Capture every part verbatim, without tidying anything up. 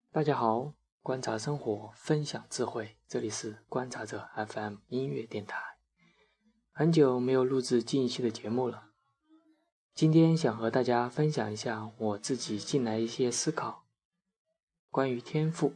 大家好，观察生活，分享智慧，这里是观察者 F M 音乐电台。很久没有录制近一期的节目了，今天想和大家分享一下我自己近来一些思考，关于天赋。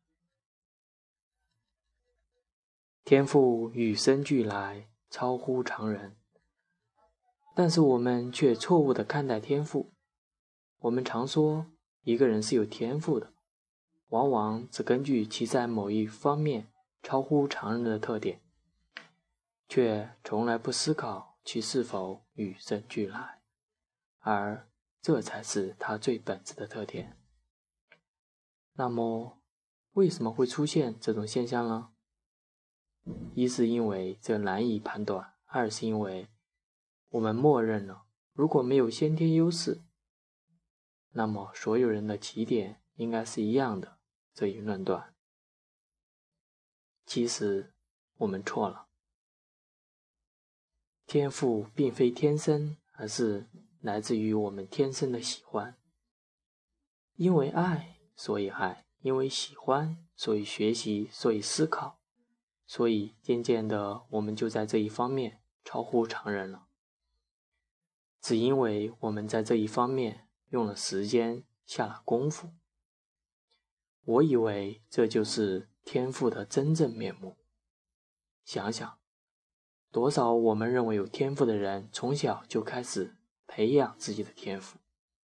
天赋与生俱来，超乎常人，但是我们却错误地看待天赋。我们常说一个人是有天赋的，往往只根据其在某一方面超乎常人的特点，却从来不思考其是否与生俱来，而这才是他最本质的特点。那么为什么会出现这种现象呢？一是因为这难以判断，二是因为我们默认了如果没有先天优势，那么所有人的起点应该是一样的这一论断。其实我们错了，天赋并非天生，而是来自于我们天生的喜欢。因为爱所以爱，因为喜欢所以学习，所以思考，所以渐渐的我们就在这一方面超乎常人了。只因为我们在这一方面用了时间，下了功夫。我以为这就是天赋的真正面目。想想，多少我们认为有天赋的人，从小就开始培养自己的天赋。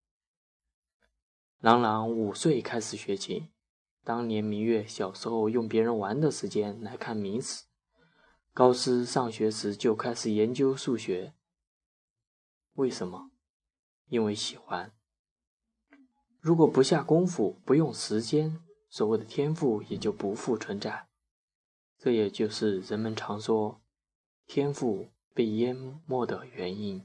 朗朗五岁开始学琴，当年明月小时候用别人玩的时间来看明史，高斯上学时就开始研究数学。为什么？因为喜欢。如果不下功夫，不用时间，所谓的天赋也就不复存在。这也就是人们常说天赋被淹没的原因。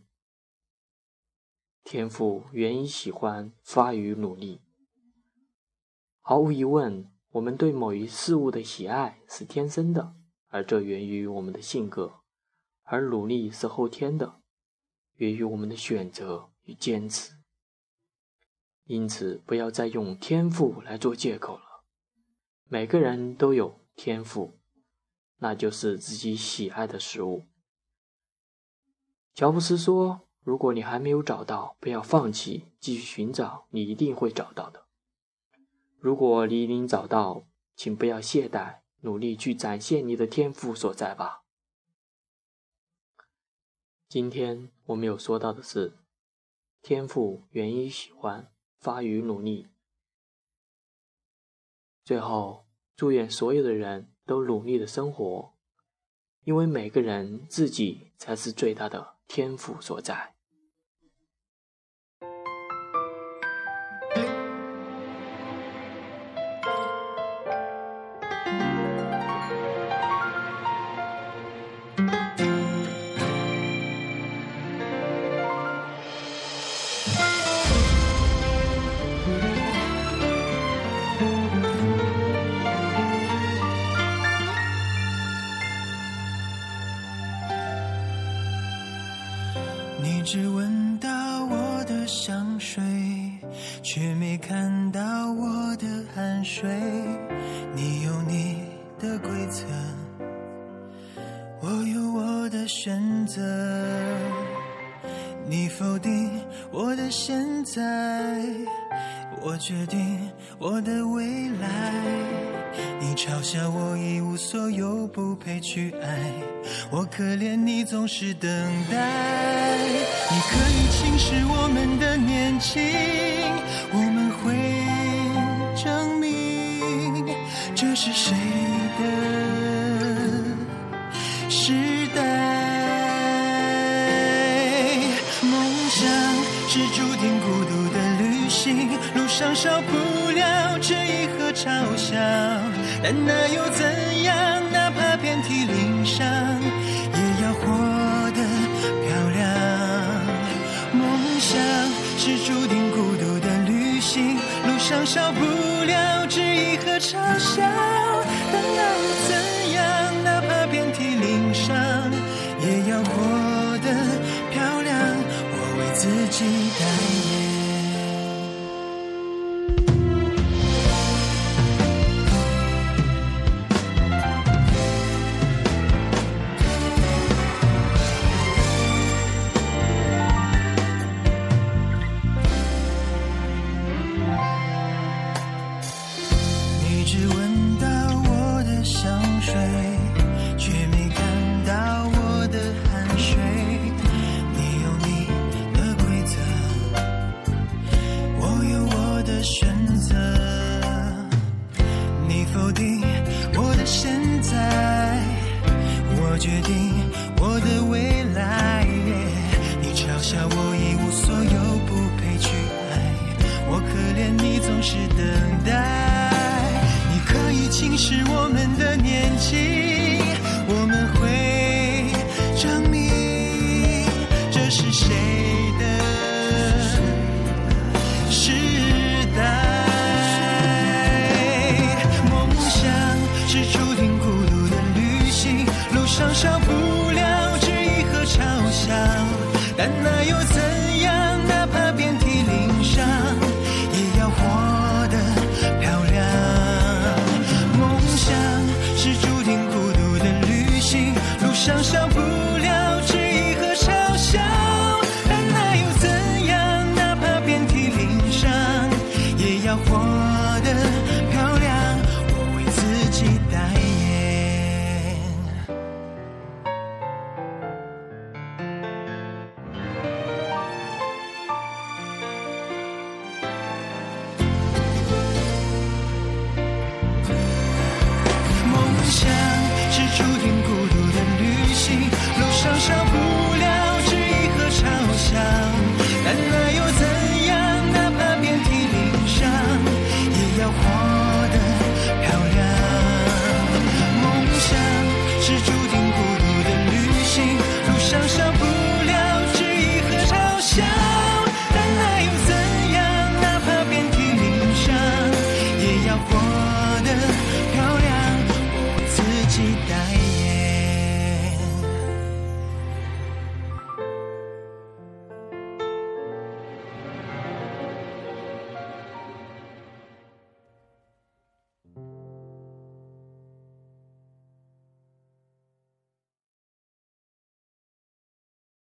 天赋源于喜欢，发于努力。毫无疑问，我们对某一事物的喜爱是天生的，而这源于我们的性格，而努力是后天的，源于我们的选择与坚持。因此，不要再用天赋来做借口了。每个人都有天赋，那就是自己喜爱的事物。乔布斯说，如果你还没有找到，不要放弃，继续寻找，你一定会找到的。如果你已经找到，请不要懈怠，努力去展现你的天赋所在吧。今天我们有说到的是，天赋源于喜欢，发于努力。最后，祝愿所有的人都努力的生活，因为每个人自己才是最大的天赋所在。 你只闻到我的香水，却没看到我的汗水。你有你的规则，我有我的选择。你否定我的现在，我决定我的未来。你嘲笑我一无所有，不配去爱，我可怜你总是等待。你可以轻视我们的年轻，我们会证明这是谁的时代。梦想是注定孤独的旅行，路上少不了质疑和嘲笑，但那又怎样？哪怕遍体鳞伤，也要活得漂亮。梦想是注定孤独的旅行，路上少不了质疑和嘲笑，但那又怎样？哪怕遍体鳞伤，也要活得漂亮。我为自己代言。 的选择。你否定我的现在，我决定我的未来。你嘲笑我一无所有，不配去爱，我可怜你总是等待。你可以轻视我们的年纪，